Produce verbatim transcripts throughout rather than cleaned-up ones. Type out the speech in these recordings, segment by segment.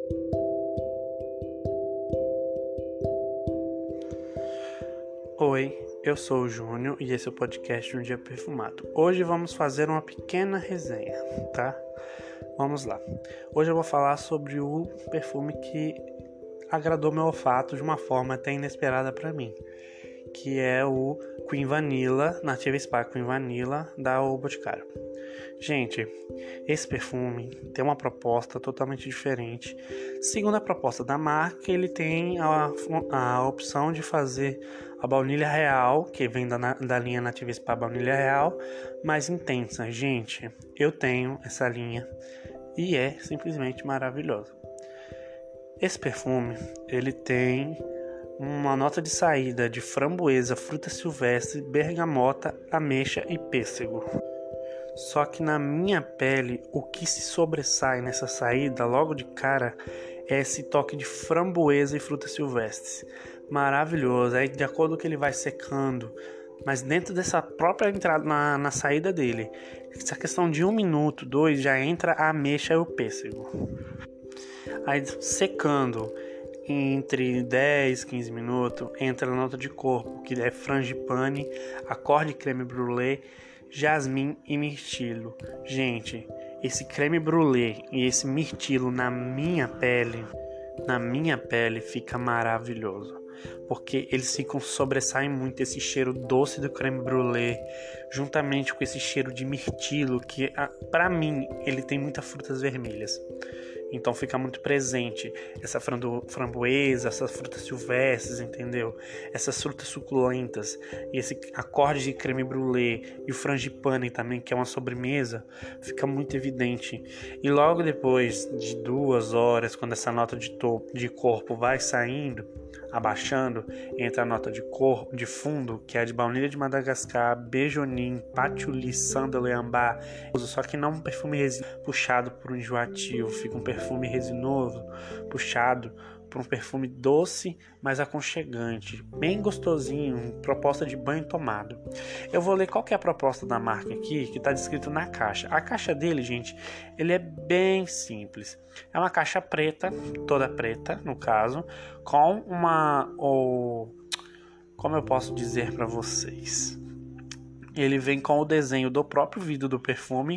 Oi, eu sou o Júnior e esse é o podcast de Um Dia Perfumado. Hoje vamos fazer uma pequena resenha, tá? Vamos lá. Hoje eu vou falar sobre o perfume que agradou meu olfato de uma forma até inesperada para mim, que é o Queen Vanilla, Nativa Spa Queen Vanilla da O Boticário. Gente, esse perfume tem uma proposta totalmente diferente. Segundo a proposta da marca, ele tem a, a opção de fazer a baunilha real, que vem da, da linha Nativa Spa Baunilha Real, mais intensa. Gente, eu tenho essa linha e é simplesmente maravilhosa. Esse perfume, ele tem uma nota de saída de framboesa, fruta silvestre, bergamota, ameixa e pêssego. Só que na minha pele, o que se sobressai nessa saída logo de cara é esse toque de framboesa e frutas silvestres. Maravilhoso, aí de acordo com que ele vai secando, mas dentro dessa própria entrada na, na saída dele, essa questão de um minuto, dois, já entra a ameixa e o pêssego. Aí secando entre dez, quinze minutos, entra a nota de corpo, que é frangipane, acorde creme brulee, jasmim e mirtilo. Gente, esse creme brulee e esse mirtilo na minha pele, na minha pele fica maravilhoso, porque eles ficam sobressaem muito esse cheiro doce do creme brulee, juntamente com esse cheiro de mirtilo, que para mim ele tem muitas frutas vermelhas. Então fica muito presente essa framboesa, essas frutas silvestres, entendeu? Essas frutas suculentas e esse acorde de creme brulee e o frangipane também, que é uma sobremesa, fica muito evidente. E logo depois de duas horas, quando essa nota de, to- de corpo vai saindo, abaixando, entra a nota de corpo, de fundo, que é a de baunilha de Madagascar, beijonim, patchouli, sândalo e ambar. Só que não um perfume resinoso, puxado por um enjoativo, fica um perfume resinoso, puxado por um perfume doce, mas aconchegante, bem gostosinho, proposta de banho tomado. Eu vou ler qual que é a proposta da marca aqui, que está descrito na caixa. A caixa dele, gente, ele é bem simples. É uma caixa preta, toda preta, no caso, com uma, ou como eu posso dizer para vocês, ele vem com o desenho do próprio vidro do perfume.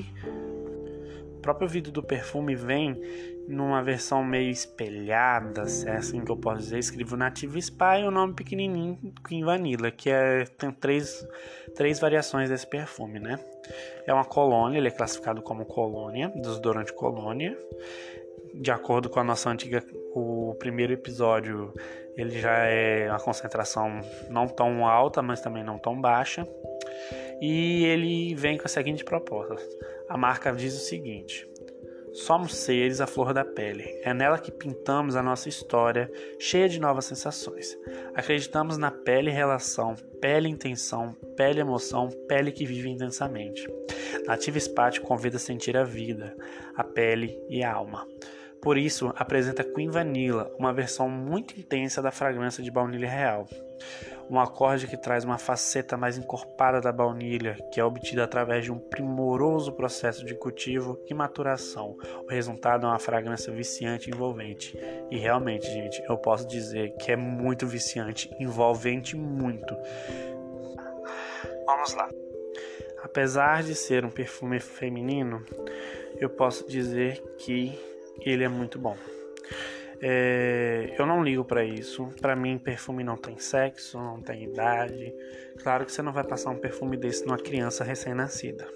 O próprio vidro do perfume vem numa versão meio espelhada, se é assim que eu posso dizer, escrito Nativa Spa e o nome pequenininho Queen Vanilla, que é, tem três, três variações desse perfume, né? É uma colônia, ele é classificado como colônia, desodorante colônia. De acordo com a nossa antiga, o primeiro episódio, ele já é uma concentração não tão alta, mas também não tão baixa. E ele vem com a seguinte proposta. A marca diz o seguinte: somos seres à flor da pele. É nela que pintamos a nossa história, cheia de novas sensações. Acreditamos na pele relação, pele intenção, pele emoção, pele que vive intensamente. Nativa Spa te convida a sentir a vida, a pele e a alma. Por isso, apresenta Queen Vanilla, uma versão muito intensa da fragrância de baunilha real. Um acorde que traz uma faceta mais encorpada da baunilha, que é obtida através de um primoroso processo de cultivo e maturação. O resultado é uma fragrância viciante e envolvente. E realmente, gente, eu posso dizer que é muito viciante, envolvente muito. Vamos lá. Apesar de ser um perfume feminino, eu posso dizer que ele é muito bom. É, eu não ligo pra isso. Pra mim, perfume não tem sexo, não tem idade. Claro que você não vai passar um perfume desse numa criança recém-nascida,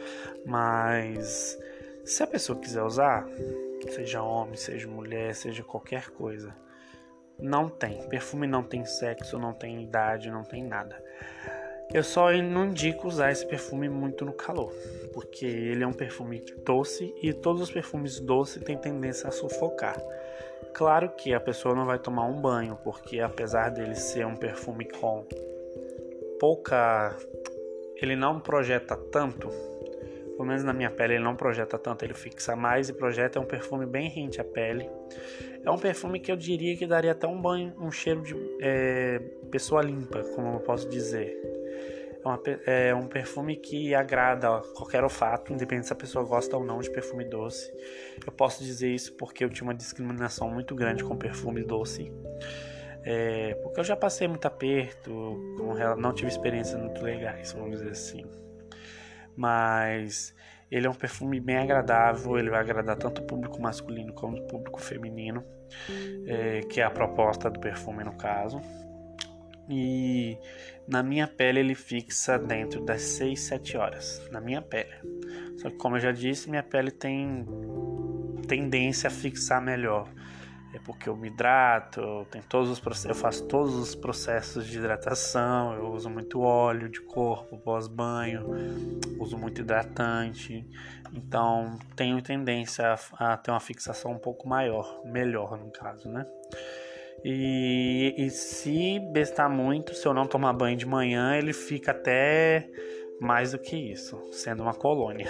mas se a pessoa quiser usar, seja homem, seja mulher, seja qualquer coisa, não tem. Perfume não tem sexo, não tem idade, não tem nada. Eu só não indico usar esse perfume muito no calor, porque ele é um perfume doce e todos os perfumes doces têm tendência a sufocar. Claro que a pessoa não vai tomar um banho, porque apesar dele ser um perfume com pouca... ele não projeta tanto, pelo menos na minha pele ele não projeta tanto, ele fixa mais e projeta, é um perfume bem rente à pele. É um perfume que eu diria que daria até um banho, um cheiro de é, pessoa limpa, como eu posso dizer. uma, é um perfume que agrada a qualquer olfato, independente se a pessoa gosta ou não de perfume doce. Eu posso dizer isso porque eu tinha uma discriminação muito grande com perfume doce. É, porque eu já passei muito aperto, não tive experiências muito legais, vamos dizer assim. Mas ele é um perfume bem agradável, ele vai agradar tanto o público masculino como o público feminino, é, que é a proposta do perfume no caso. E na minha pele ele fixa dentro das seis, sete horas, na minha pele. Só que, como eu já disse, minha pele tem tendência a fixar melhor. É porque eu me hidrato, eu, tenho todos os processos, eu faço todos os processos de hidratação, eu uso muito óleo de corpo pós-banho, uso muito hidratante, então tenho tendência a, a ter uma fixação um pouco maior, melhor no caso, né? E, e se bestar muito, se eu não tomar banho de manhã, ele fica até mais do que isso, sendo uma colônia.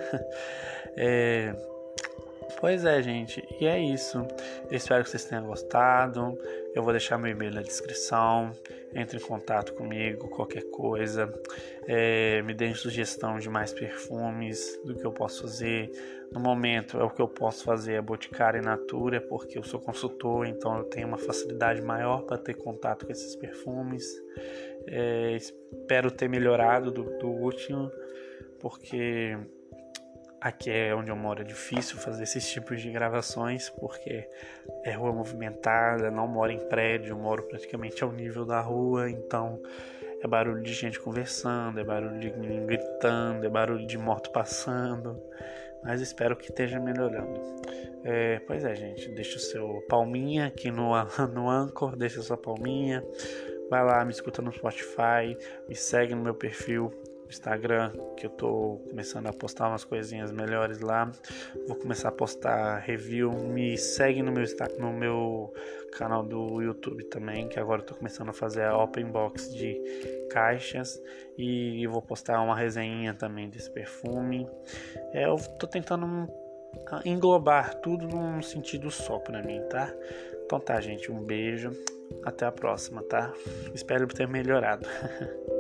é... Pois é, gente, e é isso. Eu espero que vocês tenham gostado. Eu vou deixar meu e-mail na descrição. Entre em contato comigo, qualquer coisa. É, me deem sugestão de mais perfumes, do que eu posso fazer. No momento, é o que eu posso fazer é Boticário e Natura, porque eu sou consultor, então eu tenho uma facilidade maior para ter contato com esses perfumes. É, espero ter melhorado do, do último, porque aqui é onde eu moro, é difícil fazer esses tipos de gravações, porque é rua movimentada, não moro em prédio, eu moro praticamente ao nível da rua, então é barulho de gente conversando, é barulho de menino gritando, é barulho de moto passando, mas espero que esteja melhorando. É, pois é, gente, deixa o seu palminha aqui no, no Anchor, deixa a sua palminha, vai lá, me escuta no Spotify, me segue no meu perfil Instagram, que eu tô começando a postar umas coisinhas melhores lá. Vou começar a postar review. Me segue no meu, no meu canal do YouTube também, que agora eu tô começando a fazer a open box de caixas, e vou postar uma resenha também desse perfume. É, eu tô tentando englobar tudo num sentido só pra mim, tá? Então tá, gente, um beijo, até a próxima, tá? Espero ter melhorado.